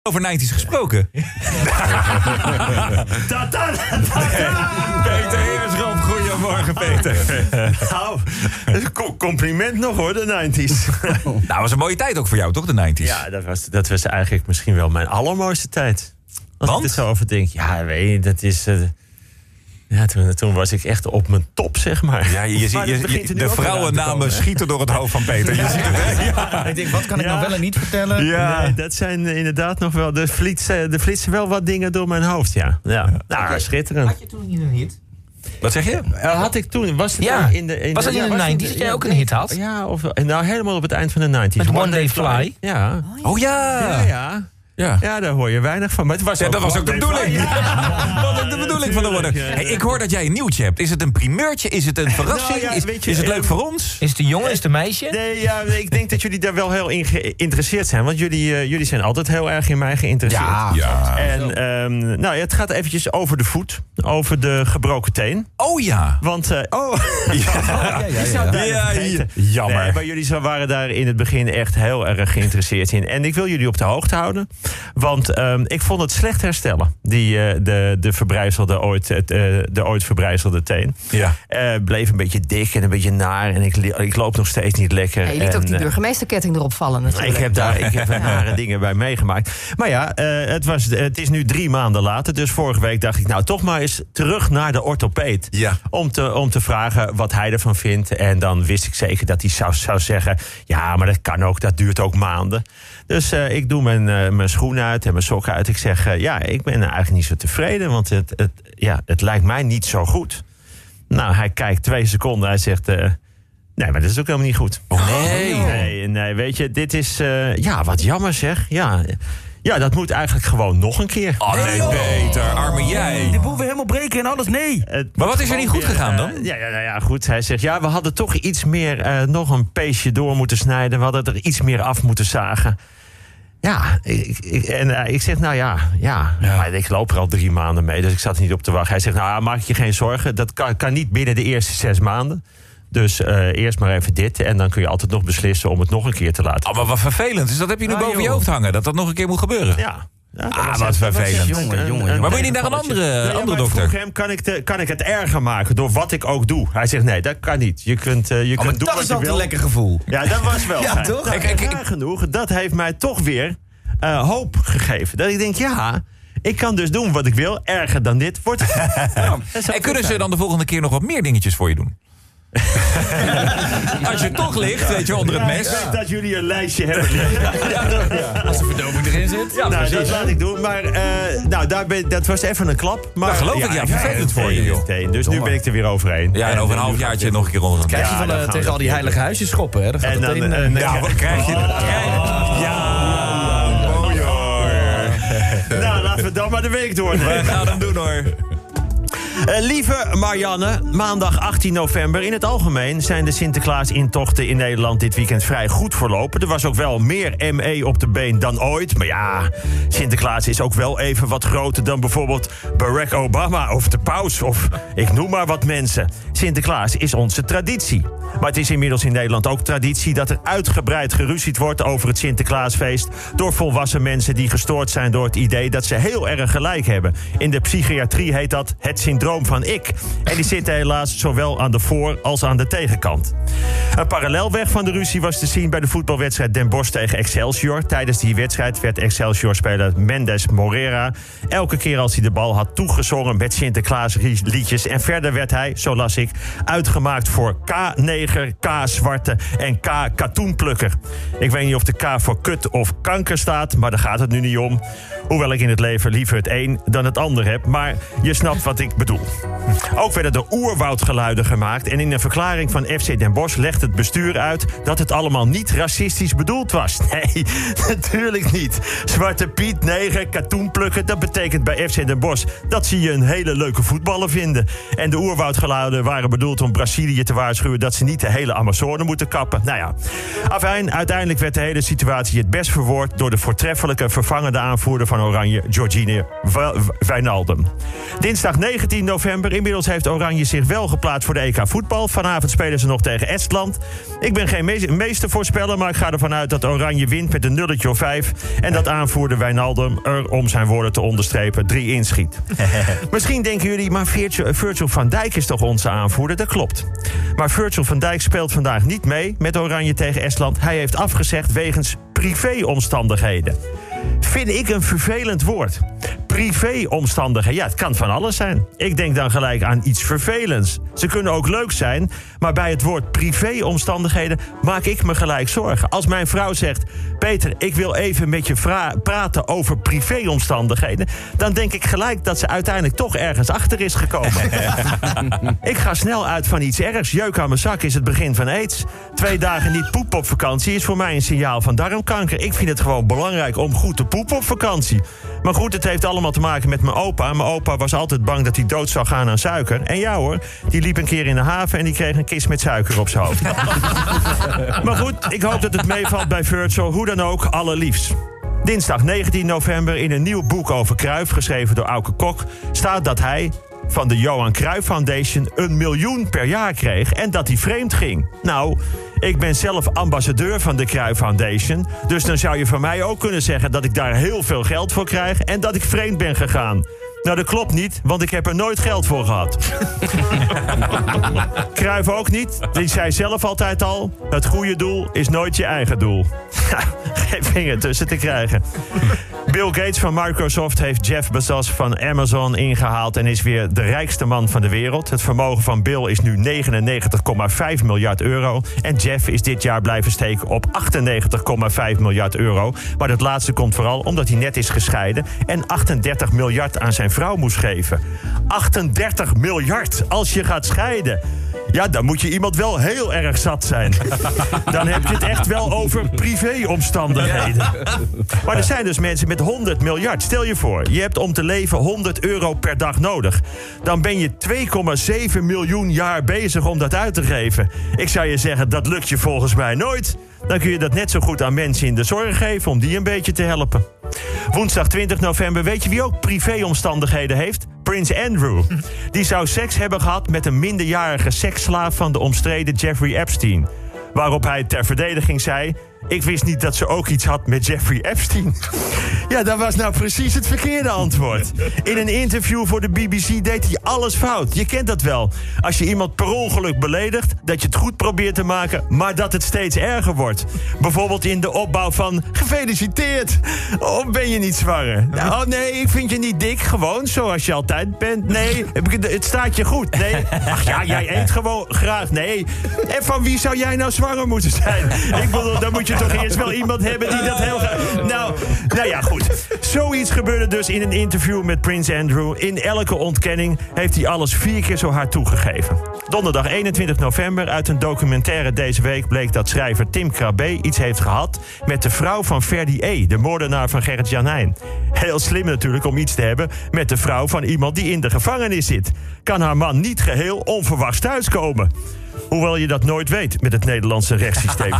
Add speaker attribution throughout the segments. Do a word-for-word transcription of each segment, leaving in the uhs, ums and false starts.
Speaker 1: Over negenties gesproken.
Speaker 2: Ta-ta, ta-ta.
Speaker 1: Peter Heerskamp, goedemorgen Peter.
Speaker 2: Nou, compliment nog hoor, de negenties.
Speaker 1: Nou, dat was een mooie tijd ook voor jou, toch, de negenties?
Speaker 2: Ja, dat was, dat was eigenlijk misschien wel mijn allermooiste tijd. Als
Speaker 1: Want?
Speaker 2: ik er zo over denk. Ja, weet je, dat is... Uh, ja, toen, toen was ik echt op mijn top, zeg maar.
Speaker 1: Ja, je, je,
Speaker 2: Maar
Speaker 1: je,
Speaker 2: dat begint
Speaker 1: je,
Speaker 2: er nu
Speaker 1: de
Speaker 2: ook weer aan te
Speaker 1: vrouwennamen
Speaker 2: komen, hè?
Speaker 1: schieten door het hoofd van Peter. Je ziet het, hè? Ja.
Speaker 3: Ik denk, wat kan ik
Speaker 2: Ja.
Speaker 3: nou wel en niet vertellen?
Speaker 2: Ja, dat zijn uh, inderdaad nog wel... Er flitsen, er flitsen wel wat dingen door mijn hoofd, ja. ja. Nou, schitterend.
Speaker 3: Had je toen niet een hit?
Speaker 1: Wat zeg je?
Speaker 2: Uh, had ik toen... Was het
Speaker 3: Ja.
Speaker 2: in de, in
Speaker 3: Was dat in de negenties dat jij ook een hit had?
Speaker 2: Ja, of, nou helemaal op het eind van de negenties.
Speaker 3: Met One Day Fly?
Speaker 2: Ja.
Speaker 1: Oh ja.
Speaker 2: Ja, ja.
Speaker 1: Ja.
Speaker 2: Ja, daar hoor je weinig van. Maar het was
Speaker 1: Ja,
Speaker 2: ook
Speaker 1: dat was ook de
Speaker 2: One Day
Speaker 1: bedoeling.
Speaker 2: Fly. Ja.
Speaker 1: Wat ook de bedoeling van de worden.
Speaker 2: tuurlijk, ja.
Speaker 1: Hey, ik hoor dat jij een nieuwtje hebt. Is het een primeurtje? Is het een verrassing?
Speaker 2: Nou ja,
Speaker 1: is,
Speaker 2: weet je,
Speaker 1: is het leuk
Speaker 2: eh,
Speaker 1: voor ons?
Speaker 3: Is het een jongen, is het een meisje?
Speaker 2: Nee, ja, ik denk dat jullie daar wel heel in geïnteresseerd zijn. Want jullie, uh, jullie zijn altijd heel erg in mij geïnteresseerd.
Speaker 1: Ja.
Speaker 2: En um, nou, ja, het gaat eventjes over de voet. Over de gebroken teen.
Speaker 1: Oh ja.
Speaker 2: Want... Uh, oh,
Speaker 1: Ja,
Speaker 3: ja, ja, ja.
Speaker 1: ja, ja. Jammer.
Speaker 2: Nee, maar jullie zo waren daar in het begin echt heel erg geïnteresseerd in. En ik wil jullie op de hoogte houden. Want um, ik vond het slecht herstellen. Die, uh, de, de, verbrijzelde ooit, het, uh, de ooit verbrijzelde teen.
Speaker 1: Ja.
Speaker 2: Uh, bleef een beetje dik en een beetje naar. En ik, ik loop nog steeds niet lekker.
Speaker 4: Ja, je liet
Speaker 2: en,
Speaker 4: ook die
Speaker 2: uh,
Speaker 4: burgemeesterketting erop vallen natuurlijk.
Speaker 2: Ik heb daar ik heb er nare dingen bij meegemaakt. Maar ja, uh, het, was, het is nu drie maanden later. Dus vorige week dacht ik, nou toch maar eens terug naar de orthopeed.
Speaker 1: Ja.
Speaker 2: Om, te, om te vragen wat hij ervan vindt. En dan wist ik zeker dat hij zou, zou zeggen... ja, maar dat kan ook, dat duurt ook maanden. Dus uh, ik doe mijn, uh, mijn schoenen uit en mijn sokken uit. Ik zeg, uh, ja, ik ben eigenlijk niet zo tevreden. Want het, het, ja, het lijkt mij niet zo goed. Nou, hij kijkt twee seconden. Hij zegt... Uh, nee, maar dat is ook helemaal niet goed.
Speaker 1: Oh, nee.
Speaker 2: Nee, nee, weet je, dit is... Uh, ja, wat jammer zeg. Ja, ja, dat moet eigenlijk gewoon nog een keer.
Speaker 1: Oh nee, Peter, arme jij.
Speaker 3: De boel weer helemaal breken en alles, nee.
Speaker 2: Het
Speaker 1: Maar wat is er niet goed
Speaker 2: gewoon
Speaker 1: gegaan
Speaker 2: weer,
Speaker 1: dan?
Speaker 2: uh, ja, ja, nou ja, goed. Hij zegt, ja, we hadden toch iets meer... Uh, nog een peesje door moeten snijden. We hadden er iets meer af moeten zagen. Ja, ik, ik, en uh, ik zeg, nou ja, ja,
Speaker 1: Ja.
Speaker 2: Maar ik loop er al drie maanden mee, dus ik zat er niet op te wachten. Hij zegt, nou ja, maak je geen zorgen. Dat kan, kan niet binnen de eerste zes maanden. Dus uh, eerst maar even dit. En dan kun je altijd nog beslissen om het nog een keer te laten.
Speaker 1: Oh, maar wat vervelend. Dus dat heb je nu
Speaker 2: Ah,
Speaker 1: boven je
Speaker 2: joh.
Speaker 1: hoofd hangen. Dat dat nog een keer moet gebeuren.
Speaker 2: Ja. Ja, dat
Speaker 1: Ah,
Speaker 2: was
Speaker 1: wat
Speaker 2: echt- dat was
Speaker 1: vervelend.
Speaker 2: echt een-
Speaker 3: Jongen,
Speaker 2: een-
Speaker 3: jongen,
Speaker 2: een
Speaker 1: Maar moet je niet naar een
Speaker 2: tegenvalletje.
Speaker 1: andere-
Speaker 2: Nee, ja,
Speaker 1: andere
Speaker 2: maar ik
Speaker 1: dokter?
Speaker 2: vroeg hem, kan ik, te, kan ik het erger maken door wat ik ook doe? Hij zegt, nee, dat kan niet. Je kunt, uh, je
Speaker 3: Oh, maar
Speaker 2: kunt doen
Speaker 3: dat
Speaker 2: wat
Speaker 3: is
Speaker 2: je
Speaker 3: altijd
Speaker 2: wil.
Speaker 3: een lekker gevoel.
Speaker 2: Ja, dat was wel
Speaker 3: Ja,
Speaker 2: fijn.
Speaker 3: toch?
Speaker 2: Nou,
Speaker 1: Ik- ik- ik-
Speaker 2: raar genoeg, dat heeft mij toch weer uh, hoop gegeven. Dat ik denk, ja, ik kan dus doen wat ik wil. Erger dan dit wordt het. Ja, dat is
Speaker 1: En
Speaker 2: ook
Speaker 1: kunnen ze
Speaker 2: fijn.
Speaker 1: dan de volgende keer nog wat meer dingetjes voor je doen? Als je toch ligt, weet je, onder het
Speaker 2: Ja, ik
Speaker 1: mes.
Speaker 2: weet dat jullie een lijstje hebben liggen.
Speaker 3: Als de verdoving erin zit.
Speaker 1: Ja,
Speaker 2: Nou, dat
Speaker 1: precies.
Speaker 2: laat ik doen. Maar uh, nou, daar ben, dat was even een klap. Maar,
Speaker 1: Dat geloof ik, ja, vervelend voor je, joh.
Speaker 2: meteen. Dus nu ben ik er weer overheen.
Speaker 1: Ja, en over een
Speaker 2: nu
Speaker 1: half
Speaker 2: gaat
Speaker 1: jaartje
Speaker 2: het
Speaker 1: nog een keer onder het mes.
Speaker 3: Krijg je
Speaker 2: Ja,
Speaker 3: van
Speaker 2: dan
Speaker 3: uh,
Speaker 2: gaan we
Speaker 3: tegen
Speaker 2: dat
Speaker 3: al die
Speaker 2: weer
Speaker 3: heilige huisjes schoppen, hè? Dan gaat
Speaker 2: En
Speaker 3: het
Speaker 2: dan,
Speaker 3: een,
Speaker 2: eh,
Speaker 3: uh,
Speaker 2: nee,
Speaker 1: Ja, wat krijg je? Krijg- Ja, mooi hoor.
Speaker 2: Nou, laten we dan maar de week door.
Speaker 1: We gaan hem doen hoor.
Speaker 2: Uh, lieve Marianne, maandag achttien november. In het algemeen zijn de Sinterklaas-intochten in Nederland dit weekend vrij goed verlopen. Er was ook wel meer M E op de been dan ooit. Maar ja, Sinterklaas is ook wel even wat groter dan bijvoorbeeld Barack Obama of de paus. Of ik noem maar wat mensen. Sinterklaas is onze traditie. Maar het is inmiddels in Nederland ook traditie dat er uitgebreid geruzied wordt over het Sinterklaasfeest door volwassen mensen die gestoord zijn door het idee dat ze heel erg gelijk hebben. In de psychiatrie heet dat het syndroom van ik. En die zitten helaas zowel aan de voor- als aan de tegenkant. Een parallelweg van de ruzie was te zien bij de voetbalwedstrijd Den Bosch tegen Excelsior. Tijdens die wedstrijd werd Excelsior-speler Mendes Morera elke keer als hij de bal had toegezongen met Sinterklaasliedjes. En verder werd hij, zo las ik, uitgemaakt voor K-neger, K-zwarte en K-katoenplukker. Ik weet niet of de K voor kut of kanker staat, maar daar gaat het nu niet om. Hoewel ik in het leven liever het een dan het ander heb. Maar je snapt wat ik bedoel. Ook werden er oerwoudgeluiden gemaakt. En in een verklaring van F C Den Bosch legt het bestuur uit dat het allemaal niet racistisch bedoeld was. Nee, natuurlijk niet. Zwarte Piet, neger, katoenplukken, dat betekent bij F C Den Bosch dat ze je een hele leuke voetballer vinden. En de oerwoudgeluiden waren bedoeld om Brazilië te waarschuwen dat ze niet de hele Amazone moeten kappen. Nou ja, afijn, uiteindelijk werd de hele situatie het best verwoord door de voortreffelijke vervangende aanvoerder van Oranje, Georgine Wijnaldum. Dinsdag negentien negentien november. Inmiddels heeft Oranje zich wel geplaatst voor de E K voetbal. Vanavond spelen ze nog tegen Estland. Ik ben geen me- meestervoorspeller, maar ik ga ervan uit dat Oranje wint met een nulletje of vijf. En dat aanvoerder Wijnaldum er, om zijn woorden te onderstrepen, drie inschiet. Misschien denken jullie, maar Virgil, Virgil van Dijk is toch onze aanvoerder? Dat klopt. Maar Virgil van Dijk speelt vandaag niet mee met Oranje tegen Estland. Hij heeft afgezegd wegens privéomstandigheden. Vind ik een vervelend woord. Privéomstandigheden. Ja, het kan van alles zijn. Ik denk dan gelijk aan iets vervelends. Ze kunnen ook leuk zijn, maar bij het woord privéomstandigheden maak ik me gelijk zorgen. Als mijn vrouw zegt, Peter, ik wil even met je vra- praten over privéomstandigheden, dan denk ik gelijk dat ze uiteindelijk toch ergens achter is gekomen. Ik ga snel uit van iets ergs. Jeuk aan mijn zak is het begin van aids. Twee dagen niet poep op vakantie is voor mij een signaal van darmkanker. Ik vind het gewoon belangrijk om goed te poepen op vakantie. Maar goed, het heeft allemaal te maken met mijn opa. Mijn opa was altijd bang dat hij dood zou gaan aan suiker. En ja hoor, die liep een keer in de haven en die kreeg een kist met suiker op zijn hoofd. Maar goed, ik hoop dat het meevalt bij Virgil. Hoe dan ook, allerliefst. Dinsdag negentien november in een nieuw boek over Cruijff, geschreven door Auke Kok, staat dat hij van de Johan Cruijff Foundation een miljoen per jaar kreeg en dat hij vreemd ging. Nou, ik ben zelf ambassadeur van de Cruijff Foundation, dus dan zou je van mij ook kunnen zeggen dat ik daar heel veel geld voor krijg en dat ik vreemd ben gegaan. Nou, dat klopt niet, want ik heb er nooit geld voor gehad. Cruijff ook niet. Die zei zelf altijd al, het goede doel is nooit je eigen doel. Geen vinger tussen te krijgen. Bill Gates van Microsoft heeft Jeff Bezos van Amazon ingehaald en is weer de rijkste man van de wereld. Het vermogen van Bill is nu negenennegentig komma vijf miljard euro. En Jeff is dit jaar blijven steken op achtennegentig komma vijf miljard euro. Maar dat laatste komt vooral omdat hij net is gescheiden en achtendertig miljard aan zijn vrouw moest geven. achtendertig miljard als je gaat scheiden. Ja, dan moet je iemand wel heel erg zat zijn. Dan heb je het echt wel over privéomstandigheden. Maar er zijn dus mensen met honderd miljard. Stel je voor, je hebt om te leven honderd euro per dag nodig. Dan ben je twee komma zeven miljoen jaar bezig om dat uit te geven. Ik zou je zeggen, dat lukt je volgens mij nooit. Dan kun je dat net zo goed aan mensen in de zorg geven om die een beetje te helpen. Woensdag twintig november, weet je wie ook privéomstandigheden heeft? Prins Andrew. Die zou seks hebben gehad met een minderjarige seksslaaf van de omstreden Jeffrey Epstein. Waarop hij ter verdediging zei, ik wist niet dat ze ook iets had met Jeffrey Epstein. Ja, dat was nou precies het verkeerde antwoord. In een interview voor de B B C deed hij alles fout. Je kent dat wel. Als je iemand per ongeluk beledigt, dat je het goed probeert te maken, maar dat het steeds erger wordt. Bijvoorbeeld in de opbouw van, gefeliciteerd. Of ben je niet zwanger? Oh nee, ik vind je niet dik. Gewoon zoals je altijd bent. Nee, het staat je goed. Nee, ach ja, jij eet gewoon graag. Nee. En van wie zou jij nou zwanger moeten zijn? Ik bedoel, dan moet je toch eerst wel iemand hebben die dat heel graag... Nou, nou ja, goed. Zoiets gebeurde dus in een interview met Prins Andrew. In elke ontkenning heeft hij alles vier keer zo hard toegegeven. Donderdag eenentwintig november, uit een documentaire deze week bleek dat schrijver Tim Krabbe iets heeft gehad met de vrouw van Ferdy E., de moordenaar van Gerrit Jan Heijn. Heel slim natuurlijk om iets te hebben met de vrouw van iemand die in de gevangenis zit. Kan haar man niet geheel onverwachts thuiskomen? Hoewel je dat nooit weet met het Nederlandse rechtssysteem.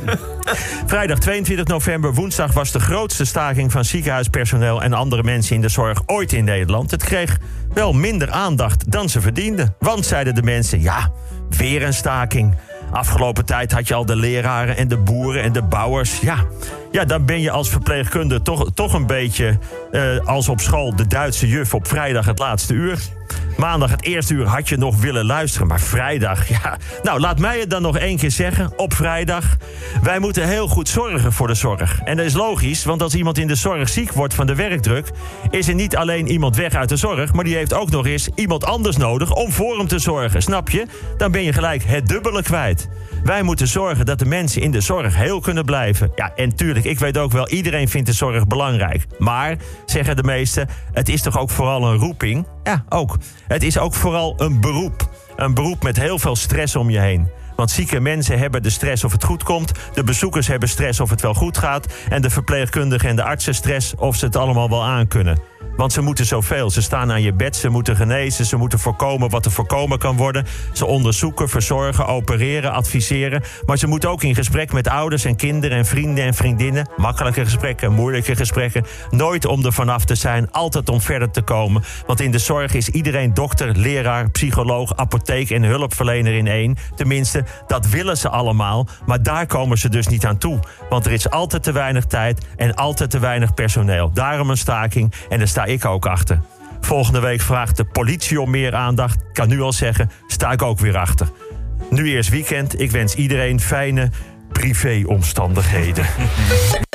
Speaker 2: Vrijdag tweeëntwintig november, woensdag, was de grootste staking van ziekenhuispersoneel en andere mensen in de zorg ooit in Nederland. Het kreeg wel minder aandacht dan ze verdienden. Want, zeiden de mensen, ja, weer een staking. Afgelopen tijd had je al de leraren en de boeren en de bouwers. Ja, ja dan ben je als verpleegkundige toch, toch een beetje uh, als op school de Duitse juf op vrijdag het laatste uur. Maandag het eerste uur had je nog willen luisteren, maar vrijdag, ja. Nou, laat mij het dan nog één keer zeggen, op vrijdag. Wij moeten heel goed zorgen voor de zorg. En dat is logisch, want als iemand in de zorg ziek wordt van de werkdruk, is er niet alleen iemand weg uit de zorg, maar die heeft ook nog eens iemand anders nodig om voor hem te zorgen. Snap je? Dan ben je gelijk het dubbele kwijt. Wij moeten zorgen dat de mensen in de zorg heel kunnen blijven. Ja, en tuurlijk, ik weet ook wel, iedereen vindt de zorg belangrijk. Maar, zeggen de meesten, het is toch ook vooral een roeping? Ja, ook. Het is ook vooral een beroep. Een beroep met heel veel stress om je heen. Want zieke mensen hebben de stress of het goed komt. De bezoekers hebben stress of het wel goed gaat. En de verpleegkundigen en de artsen stress of ze het allemaal wel aankunnen. Want ze moeten zoveel. Ze staan aan je bed, ze moeten genezen, ze moeten voorkomen wat er voorkomen kan worden. Ze onderzoeken, verzorgen, opereren, adviseren. Maar ze moeten ook in gesprek met ouders en kinderen en vrienden en vriendinnen. Makkelijke gesprekken, moeilijke gesprekken. Nooit om er vanaf te zijn, altijd om verder te komen. Want in de zorg is iedereen dokter, leraar, psycholoog, apotheek en hulpverlener in één. Tenminste, dat willen ze allemaal. Maar daar komen ze dus niet aan toe. Want er is altijd te weinig tijd en altijd te weinig personeel. Daarom een staking en daar sta ik ook achter. Volgende week vraagt de politie om meer aandacht. Ik kan nu al zeggen, sta ik ook weer achter. Nu eerst weekend. Ik wens iedereen fijne privéomstandigheden.